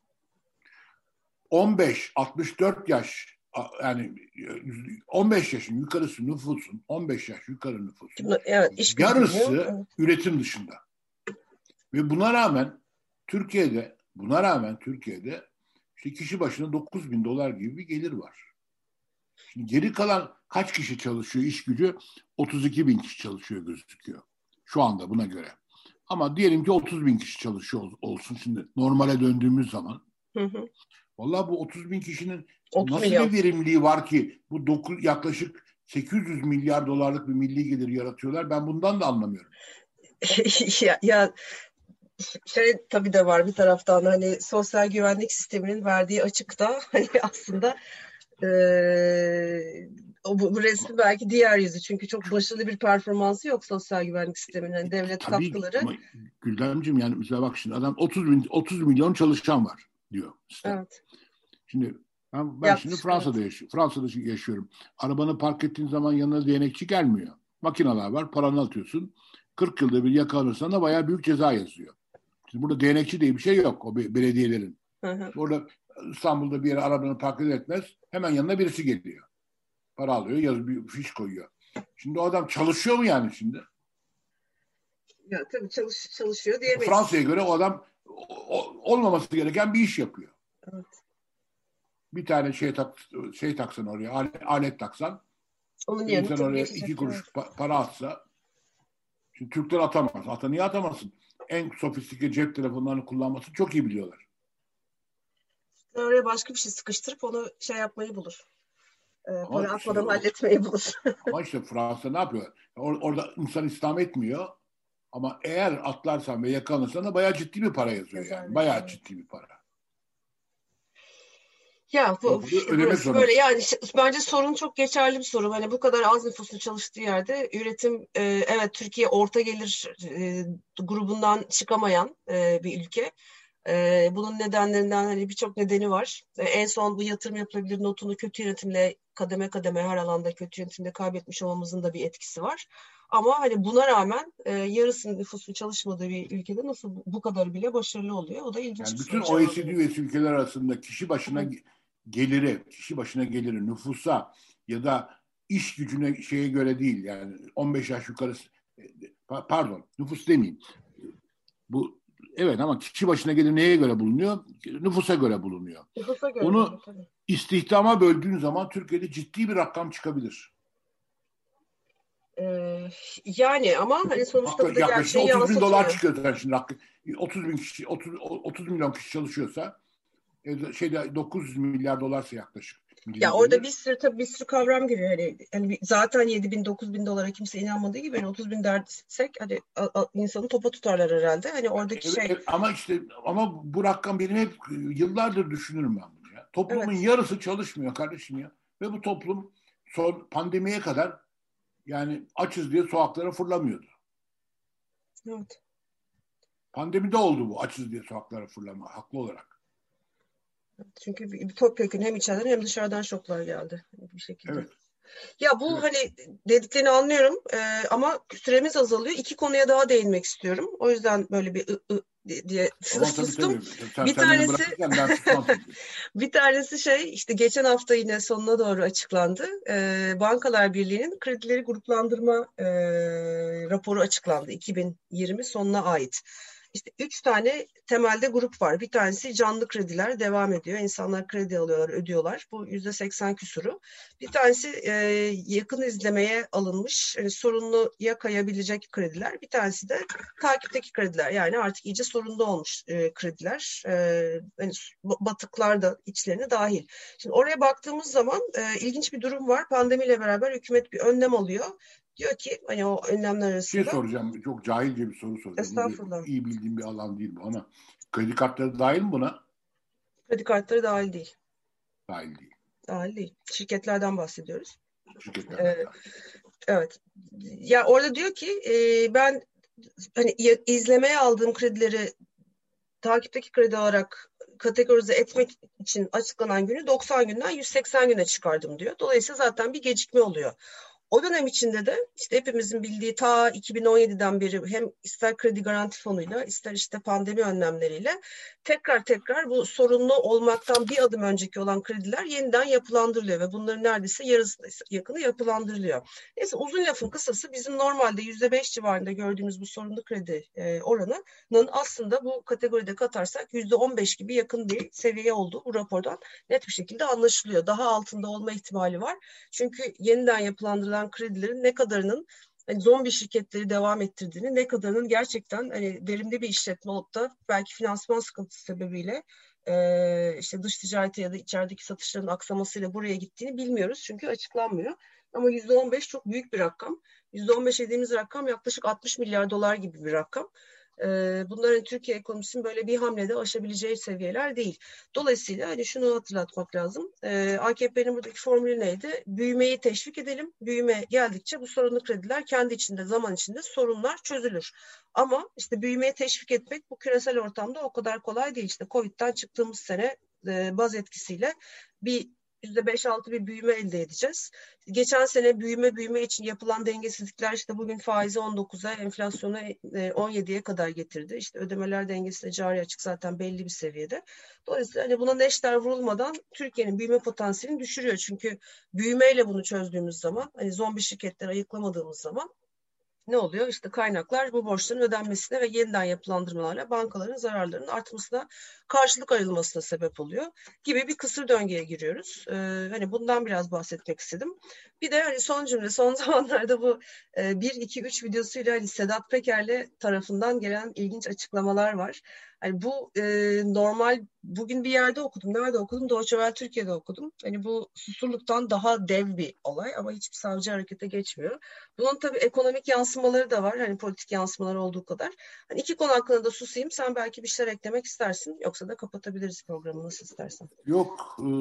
on beş altmış dört yaş, yani on beş yaşın yukarısı nüfusun, on beş yaş yukarı nüfusun Evet, iş gücü görünüyor. yarısı Evet. üretim dışında. Ve buna rağmen Türkiye'de buna rağmen Türkiye'de işte kişi başına dokuz bin dolar gibi bir gelir var. Şimdi geri kalan kaç kişi çalışıyor iş gücü? otuz iki bin kişi çalışıyor gözüküyor. Şu anda buna göre. Ama diyelim ki otuz bin kişi çalışıyor olsun şimdi normale döndüğümüz zaman. Hı hı. Vallahi bu otuz bin kişinin otuz nasıl milyon. bir verimliliği var ki bu dokuz, yaklaşık sekiz yüz milyar dolarlık bir milli gelir yaratıyorlar. Ben bundan da anlamıyorum. ya, ya şey tabii de var bir taraftan, hani sosyal güvenlik sisteminin verdiği açıkta hani aslında Ee, o bu, bu resmi Ama, belki diğer yüzü, çünkü çok başarılı bir performansı yok sosyal güvenlik sisteminin, yani devlet tabii katkıları. ama Güldemciğim, yani mesela bak şimdi adam otuz bin, otuz milyon çalışan var diyor sistem. Evet, Şimdi ben, ben şimdi yaklaşık, Fransa'da evet. yaşıyorum. Fransa'da yaşıyorum. Arabanı park ettiğin zaman yanına değnekçi gelmiyor. Makineler var, paranı atıyorsun. kırk yılda bir yakalanırsan da bayağı büyük ceza yazıyor. Şimdi burada değnekçi diye bir şey yok o belediyelerin. Hı hı. Orada İstanbul'da bir yere arabanı park etmez. Hemen yanına birisi geliyor. Para alıyor, yazı bir fiş koyuyor. Şimdi o adam çalışıyor mu yani şimdi? Ya tabii çalış, çalışıyor diyemeyiz. Fransa'ya göre o adam o, olmaması gereken bir iş yapıyor. Evet. Bir tane şey tak, şey taksan oraya, alet, alet taksan, Onun bir yerini insan tabii oraya geçecek. iki kuruş Evet. pa- para atsa, şimdi Türkler atamaz. Ata niye atamazsın? En sofistike cep telefonlarını kullanması çok iyi biliyorlar. Oraya başka bir şey sıkıştırıp onu şey yapmayı bulur. Ee, Ama para işte atmadan halletmeyi bulur. ama işte Fransa ne yapıyor? Or- orada insan istihdam etmiyor. Ama eğer atlarsan ve yakalanırsan da bayağı ciddi bir para yazıyor yani. Yazarlar, Bayağı evet. ciddi bir para. Ya bu Ve bunu işte ödemek burası böyle, zorundasın. yani işte bence sorun çok geçerli bir sorun. Hani bu kadar az nüfusun çalıştığı yerde üretim, e, evet, Türkiye orta gelir e, grubundan çıkamayan e, bir ülke. E, bunun nedenlerinden hani birçok nedeni var. E, en son bu yatırım yapılabilir notunu kötü yönetimle kademe kademe her alanda kötü yönetimde kaybetmiş olmamızın da bir etkisi var. Ama hani buna rağmen e, yarısının nüfusun çalışmadığı bir ülkede nasıl bu kadar bile başarılı oluyor? O da ilginç Yani bir bütün soru O E C D cevabı. üyesi ülkeler arasında kişi başına Hı. geliri, kişi başına geliri nüfusa ya da iş gücüne şeye göre değil, yani on beş yaş yukarısı, pardon, nüfus demeyeyim. Bu evet, ama kişi başına gelir neye göre bulunuyor? Nüfusa göre bulunuyor. Nüfusa göre bulunuyor Onu tabii. istihdama böldüğün zaman Türkiye'de ciddi bir rakam çıkabilir. Ee, yani ama hani sonuçta bu da Yaklaşık gerçeği otuz bin dolar yansıtmıyor. çıkıyor zaten şimdi. otuz bin kişi, otuz, otuz milyon kişi çalışıyorsa şeyde dokuz yüz milyar dolarsa yaklaşık Ya milli orada bir gelir. sürü tabii bir sürü kavram giriyor. Hani, hani zaten yedi bin dokuz bin dolara kimse inanmadığı gibi hani otuz bin dersek hani a, a, insanı topa tutarlar herhalde. Hani oradaki Evet, şey evet, ama işte ama bu rakam benim hep yıllardır düşünürüm ben bunu ya. Toplumun evet yarısı çalışmıyor kardeşim ya. Ve bu toplum son pandemiye kadar yani açız diye sokaklara fırlamıyordu. evet. Pandemide oldu bu, açız diye sokaklara fırlama, haklı olarak. Çünkü bir, bir topyekun hem içeriden hem dışarıdan şoklar geldi hani bir şekilde. Evet, Ya bu evet. hani dediklerini anlıyorum e, ama süremiz azalıyor. İki konuya daha değinmek istiyorum. O yüzden böyle bir ı, ı diye Tamam, tabii sustum. tabii. Sen, Bir sen beni tanesi bırakırken ben susmam tabii. bir tanesi şey işte geçen hafta yine sonuna doğru açıklandı. E, Bankalar Birliği'nin kredileri gruplandırma e, raporu açıklandı iki bin yirmi sonuna ait. İşte üç tane temelde grup var. Bir tanesi canlı krediler devam ediyor. İnsanlar kredi alıyorlar, ödüyorlar. Bu yüzde seksen küsuru. Bir tanesi e, yakın izlemeye alınmış, yani sorunluya kayabilecek krediler. Bir tanesi de takipteki krediler. Yani artık iyice sorunlu olmuş e, krediler. E, yani batıklar da içlerine dahil. Şimdi oraya baktığımız zaman e, ilginç bir durum var. Pandemiyle beraber hükümet bir önlem alıyor. Diyor ki hani o önlemler Bir şey arasında soracağım. Çok cahilce bir soru soracağım. Bu bir, estağfurullah iyi bildiğim bir alan değil bu, ama kredi kartları dahil mi buna? kredi kartları dahil değil. Dahil değil. Dahil değil. Şirketlerden bahsediyoruz. Şirketlerden E, dahil. evet. Ya orada diyor ki e, ben hani izlemeye aldığım kredileri takipteki kredi olarak kategorize etmek için açıklanan günü doksan günden yüz seksen güne çıkardım diyor. Dolayısıyla zaten bir gecikme oluyor. O dönem içinde de işte hepimizin bildiği ta iki bin on yediden beri hem ister kredi garanti fonuyla ister işte pandemi önlemleriyle tekrar tekrar bu sorunlu olmaktan bir adım önceki olan krediler yeniden yapılandırılıyor ve bunların neredeyse yarısı yakını yapılandırılıyor. Neyse uzun lafın kısası bizim normalde yüzde beş civarında gördüğümüz bu sorunlu kredi e, oranının aslında bu kategoride katarsak yüzde on beş gibi yakın bir seviye olduğu bu rapordan net bir şekilde anlaşılıyor. Daha altında olma ihtimali var. Çünkü yeniden yapılandırılan kredilerin ne kadarının hani zombi şirketleri devam ettirdiğini, ne kadarının gerçekten hani verimli bir işletme olup da belki finansman sıkıntısı sebebiyle e, işte dış ticareti ya da içerideki satışların aksamasıyla buraya gittiğini bilmiyoruz. Çünkü açıklanmıyor. Ama yüzde on beş çok büyük bir rakam. yüzde on beş dediğimiz rakam yaklaşık altmış milyar dolar gibi bir rakam. Bunların Türkiye ekonomisinin böyle bir hamlede aşabileceği seviyeler değil. Dolayısıyla hani şunu hatırlatmak lazım. A K P'nin buradaki formülü neydi? Büyümeyi teşvik edelim. Büyüme geldikçe bu sorunlu krediler kendi içinde zaman içinde sorunlar çözülür. Ama işte büyümeyi teşvik etmek bu küresel ortamda o kadar kolay değil. İşte Covid'den çıktığımız sene baz etkisiyle bir yüzde beş altı bir büyüme elde edeceğiz. Geçen sene büyüme büyüme için yapılan dengesizlikler işte bugün faizi on dokuza, enflasyonu on yediye kadar getirdi. İşte ödemeler dengesiyle cari açık zaten belli bir seviyede. Dolayısıyla hani buna neşter vurulmadan Türkiye'nin büyüme potansiyelini düşürüyor. Çünkü büyümeyle bunu çözdüğümüz zaman, hani zombi şirketleri ayıklamadığımız zaman ne oluyor? İşte kaynaklar bu borçların ödenmesine ve yeniden yapılandırmalarla bankaların zararlarının artmasına karşılık ayrılmasına sebep oluyor gibi bir kısır döngüye giriyoruz. Ee, hani bundan biraz bahsetmek istedim. Bir de hani son cümle, son zamanlarda bu e, bir, iki, üç videosuyla hani Sedat Peker'le tarafından gelen ilginç açıklamalar var. Hani bu e, normal bugün bir yerde okudum. Nerede okudum? Deutsche Welle Türkiye'de okudum. Hani bu susurluktan daha dev bir olay ama hiçbir savcı harekete geçmiyor. Bunun tabii ekonomik yansımaları da var. Hani politik yansımaları olduğu kadar. Hani iki konu hakkında da susayım. Sen belki bir şeyler eklemek istersin. Yoksa da kapatabiliriz programı nasıl istersen. Yok, e,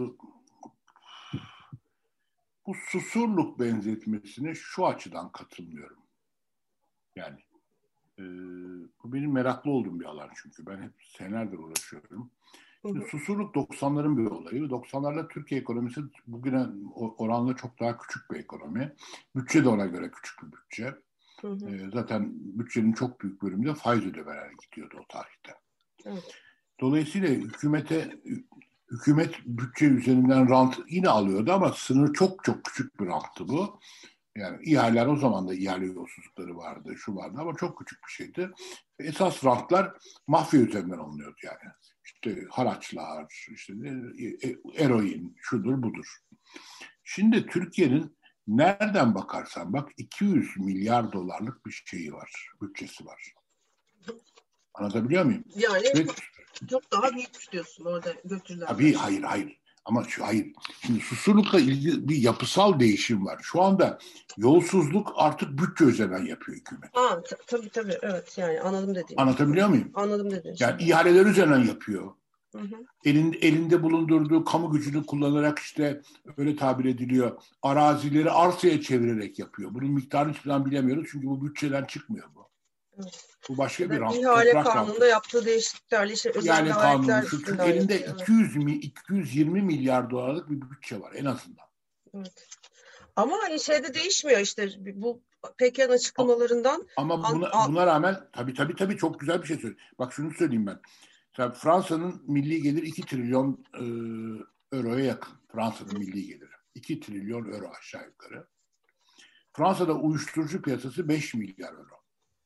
bu Susurluk benzetmesine şu açıdan katılmıyorum. Yani Ee, bu benim meraklı olduğum bir alan çünkü. Ben hep senelerdir uğraşıyorum. Şimdi susurluk doksanların bir olayı. doksanlarda Türkiye ekonomisi bugüne oranla çok daha küçük bir ekonomi. Bütçe de ona göre küçük bir bütçe. Hı hı. Ee, zaten bütçenin çok büyük bölümü de faiz ödemelerine gidiyordu o tarihte. Evet. Dolayısıyla hükümete hükümet bütçe üzerinden rant yine alıyordu ama sınır çok çok küçük bir ranttı bu. Yani ihaleler o zaman da ihale yolsuzlukları vardı, şu vardı ama çok küçük bir şeydi. Esas rantlar mafya üzerinden alınıyordu yani. İşte haraçlar, işte eroin, şudur budur. Şimdi Türkiye'nin nereden bakarsan bak iki yüz milyar dolarlık bir şeyi var, bütçesi var. Anlatabiliyor muyum? Yani Ve, çok daha büyük diyorsun orada götürülen. Tabii hayır hayır. Ama şu, hayır. Şimdi susurlukla ilgili bir yapısal değişim var. Şu anda yolsuzluk artık bütçe üzerinden yapıyor hükümet. Aa, t- tabii tabii evet yani anladım dediğim. Anlatabiliyor muyum? Anladım dediğim. Yani şey. ihaleler üzerinden yapıyor. Hı hı. Elinde, elinde bulundurduğu kamu gücünü kullanarak işte öyle tabir ediliyor. Arazileri arsaya çevirerek yapıyor. Bunun miktarını hiçbir zaman bilemiyoruz çünkü bu bütçeden çıkmıyor bu. Evet. Bu başka bir rant. İhale kanununda rantı. Yaptığı değişikliklerle işte özel kanunu şu çünkü elinde evet. iki yüz iki yüz yirmi milyar dolarlık bir bütçe var en azından. Evet. Ama hani şeyde değişmiyor işte bu Pekin açıklamalarından. Ama buna, buna rağmen tabii tabii tabii çok güzel bir şey söylüyor. Bak şunu söyleyeyim ben. Mesela Fransa'nın milli geliri iki trilyon e, euroya yakın. Fransa'nın milli geliri. iki trilyon euro aşağı yukarı. Fransa'da uyuşturucu piyasası beş milyar euro.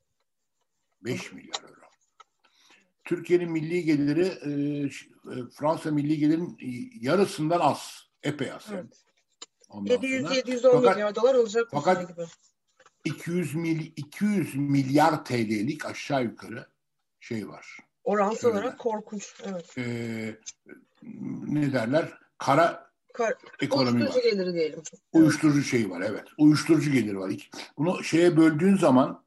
beş milyar euro. Türkiye'nin milli geliri e, Fransa milli gelirinin yarısından az. Epey az. Yani. yedi yüz yedi yüz on milyar dolar olacak. Fakat gibi. iki yüz, mil, iki yüz milyar T L'lik aşağı yukarı şey var. Oransal olarak korkunç. Evet. E, ne derler? Kara Kar, ekonomi uyuşturucu var. geliri diyelim. Uyuşturucu evet. şeyi var evet. Uyuşturucu geliri var. Bunu şeye böldüğün zaman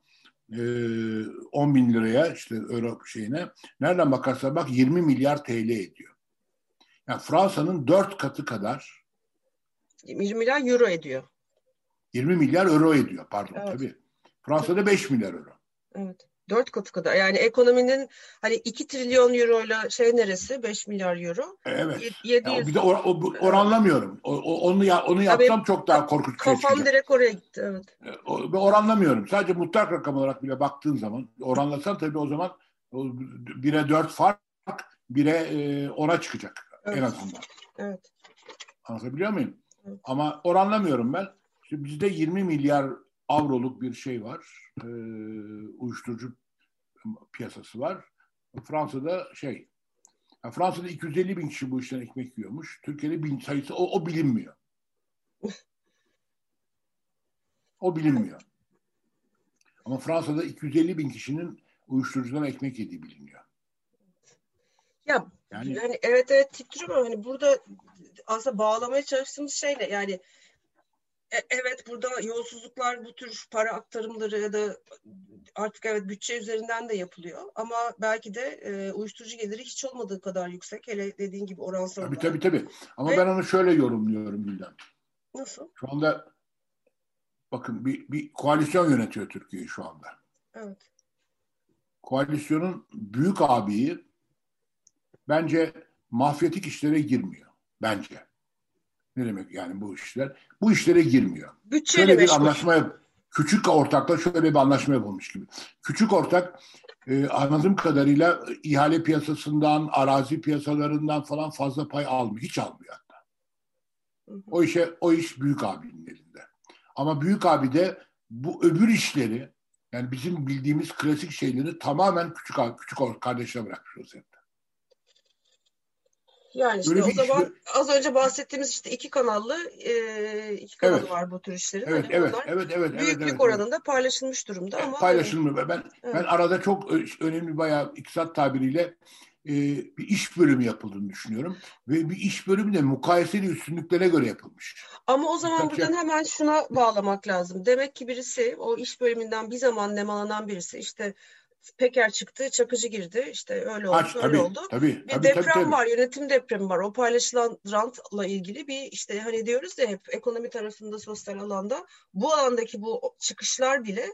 on bin liraya işte euro şeyine nereden bakarsan bak yirmi milyar T L ediyor. Yani Fransa'nın dört katı kadar yirmi milyar euro ediyor. yirmi milyar euro ediyor pardon evet. Tabii. Fransa'da beş milyar euro. Evet. Dört katı kadar. Yani ekonominin hani iki trilyon euroyla şey neresi? beş milyar euro. Evet. yedi yüz. Ya, bir de or, or, oranlamıyorum. O, onu ya, onu yapsam Tabii, çok daha korkunç bir şey çıkacak. Kafam direkt oraya gitti. Evet. O, oranlamıyorum. Sadece mutlak rakam olarak bile baktığın zaman oranlasan tabii o zaman bire dört fark bire ona çıkacak evet. En azından. Evet. Anlatabiliyor muyum? Evet. Ama oranlamıyorum ben. Şimdi bizde yirmi milyar avroluk bir şey var. E, uyuşturucu piyasası var. Fransa'da şey yani Fransa'da iki yüz elli bin kişi bu işten ekmek yiyormuş. Türkiye'de bin sayısı o, o bilinmiyor. O bilinmiyor. Ama Fransa'da iki yüz elli bin kişinin uyuşturucudan ekmek yediği biliniyor. Ya yani, yani evet evet titriyorum hani burada aslında bağlamaya çalıştığımız şey ne? Yani e, evet burada yolsuzluklar bu tür para aktarımları ya da artık evet bütçe üzerinden de yapılıyor ama belki de e, uyuşturucu geliri hiç olmadığı kadar yüksek. Hele dediğin gibi oransal olarak. Tabii tabii tabii. Ama Ve, ben onu şöyle yorumluyorum Gülden. Nasıl? Şu anda bakın bir, bir koalisyon yönetiyor Türkiye'yi şu anda. Evet. Koalisyonun büyük abiyi bence mafyatik işlere girmiyor. Bence. Ne demek yani bu işler? Bu işlere girmiyor. Bütçeyle şöyle bir meşgul. anlaşma yap. Küçük ortakla şöyle bir anlaşma yapılmış gibi. Küçük ortak e, anladığım kadarıyla ihale piyasasından, arazi piyasalarından falan fazla pay almıyor. Hiç almıyor hatta. Hı hı. O işe o iş büyük abinin elinde. Ama büyük abi de bu öbür işleri yani bizim bildiğimiz klasik şeyleri tamamen küçük küçük kardeşine bırakmış o sette. Yani işte o zaman işle... az önce bahsettiğimiz işte iki kanallı e, iki kanalı evet. var bu tür işlerin. Evet, hani evet, evet, evet, büyüklük evet, oranında evet. paylaşılmış durumda evet, ama paylaşılmıyor. Hani... Ben evet. ben arada çok önemli bayağı iktisat tabiriyle e, bir iş bölümü yapıldığını düşünüyorum ve bir iş bölümü de mukayeseli üstünlüklere göre yapılmış. Ama o zaman Dikkat buradan yap- hemen şuna bağlamak lazım. Demek ki birisi o iş bölümünden bir zaman nemalanan birisi işte Peker çıktı, Çakıcı girdi. İşte öyle oldu, Aç, böyle tabii, oldu. Tabii, bir tabii, deprem tabii, tabii. var, yönetim depremi var. O paylaşılan rantla ilgili bir işte hani diyoruz ya hep ekonomi tarafında, sosyal alanda bu alandaki bu çıkışlar bile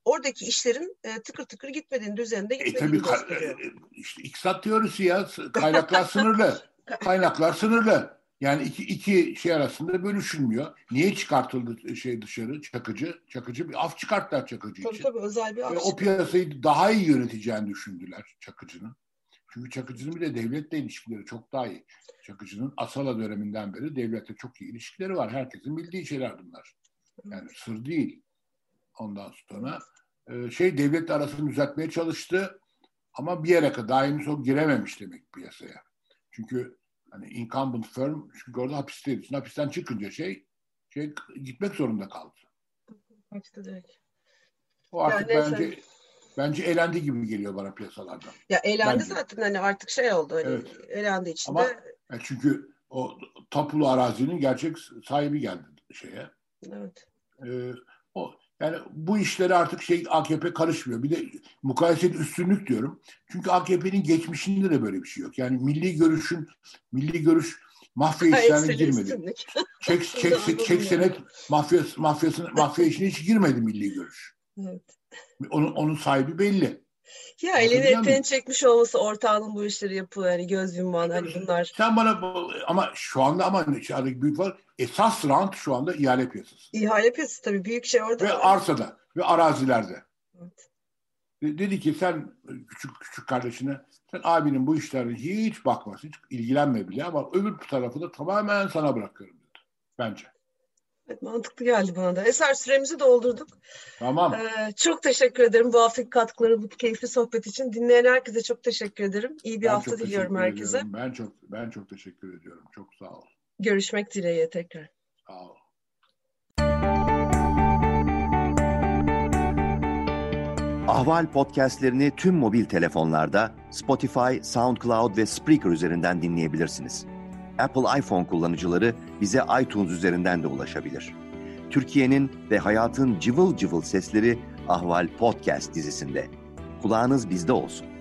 oradaki işlerin e, tıkır tıkır gitmediğini, düzeninde E gitmediğini tabii gösteriyor. ka- işte iktisat teorisi ya, kaynaklar sınırlı. Kaynaklar sınırlı. Yani iki, iki şey arasında bölüşülmüyor. Niye çıkartıldı şey dışarı? Çakıcı. Çakıcı bir af çıkarttılar Çakıcı Tabii için. tabii, özel bir Ve af o çıkarttı. piyasayı daha iyi yöneteceğini düşündüler Çakıcı'nın. Çünkü Çakıcı'nın bir de devletle ilişkileri çok daha iyi. Çakıcı'nın Asala döneminden beri devletle çok iyi ilişkileri var. Herkesin bildiği şeyler bunlar. Yani sır değil. Ondan sonra e, şey devletle arasını düzeltmeye çalıştı ama bir yere kadar daha henüz o girememiş demek piyasaya. Çünkü hani incumbent firm, çünkü orada hapisteydi. Hapisten çıkınca şey şey gitmek zorunda kaldı. Kaçtı direkt. O artık Yani bence neyse. bence elendi gibi geliyor bana piyasalardan. Ya elendi Bence. zaten, hani artık şey oldu, hani Evet. elendi içinde. Ama e, çünkü o tapulu arazinin gerçek sahibi geldi şeye. Evet. Ee, o yani bu işlere artık şey A K P karışmıyor. Bir de mukayeseli üstünlük diyorum. Çünkü A K P'nin geçmişinde de böyle bir şey yok. Yani milli görüşün milli görüş mafya işlerine Ekseli girmedi. üstünlük. Çek çek çek senet mafya mafyasına mafya işine hiç girmedi milli görüş. Evet. Onun onun sahibi belli. Ya elini eteğini çekmiş olması, ortağının bu işleri yapıyor, yani göz yumman, hani bunlar. Sen bana ama şu anda ama aradaki büyük var. Esas rant şu anda ihale piyasası. İhale piyasası tabii büyük şey orada. Ve arsada ve arazilerde. Evet. Dedi ki sen küçük küçük kardeşine, sen abinin bu işlerine hiç bakma, hiç ilgilenme bile ama öbür tarafı da tamamen sana bırakıyorum dedi. Bence. Evet, mantıklı geldi bana da. Eser, süremizi doldurduk. Tamam. Ee, çok teşekkür ederim bu haftaki katkıları, bu keyifli sohbet için. Dinleyen herkese çok teşekkür ederim. İyi bir ben hafta diliyorum herkese. Ediyorum. Ben çok ben çok teşekkür ediyorum. Çok sağ ol. Görüşmek dileğiyle tekrar. Sağ ol. Ahval podcastlerini tüm mobil telefonlarda Spotify, SoundCloud ve Spreaker üzerinden dinleyebilirsiniz. Apple iPhone kullanıcıları bize iTunes üzerinden de ulaşabilir. Türkiye'nin ve hayatın cıvıl cıvıl sesleri Ahval Podcast dizisinde. Kulağınız bizde olsun.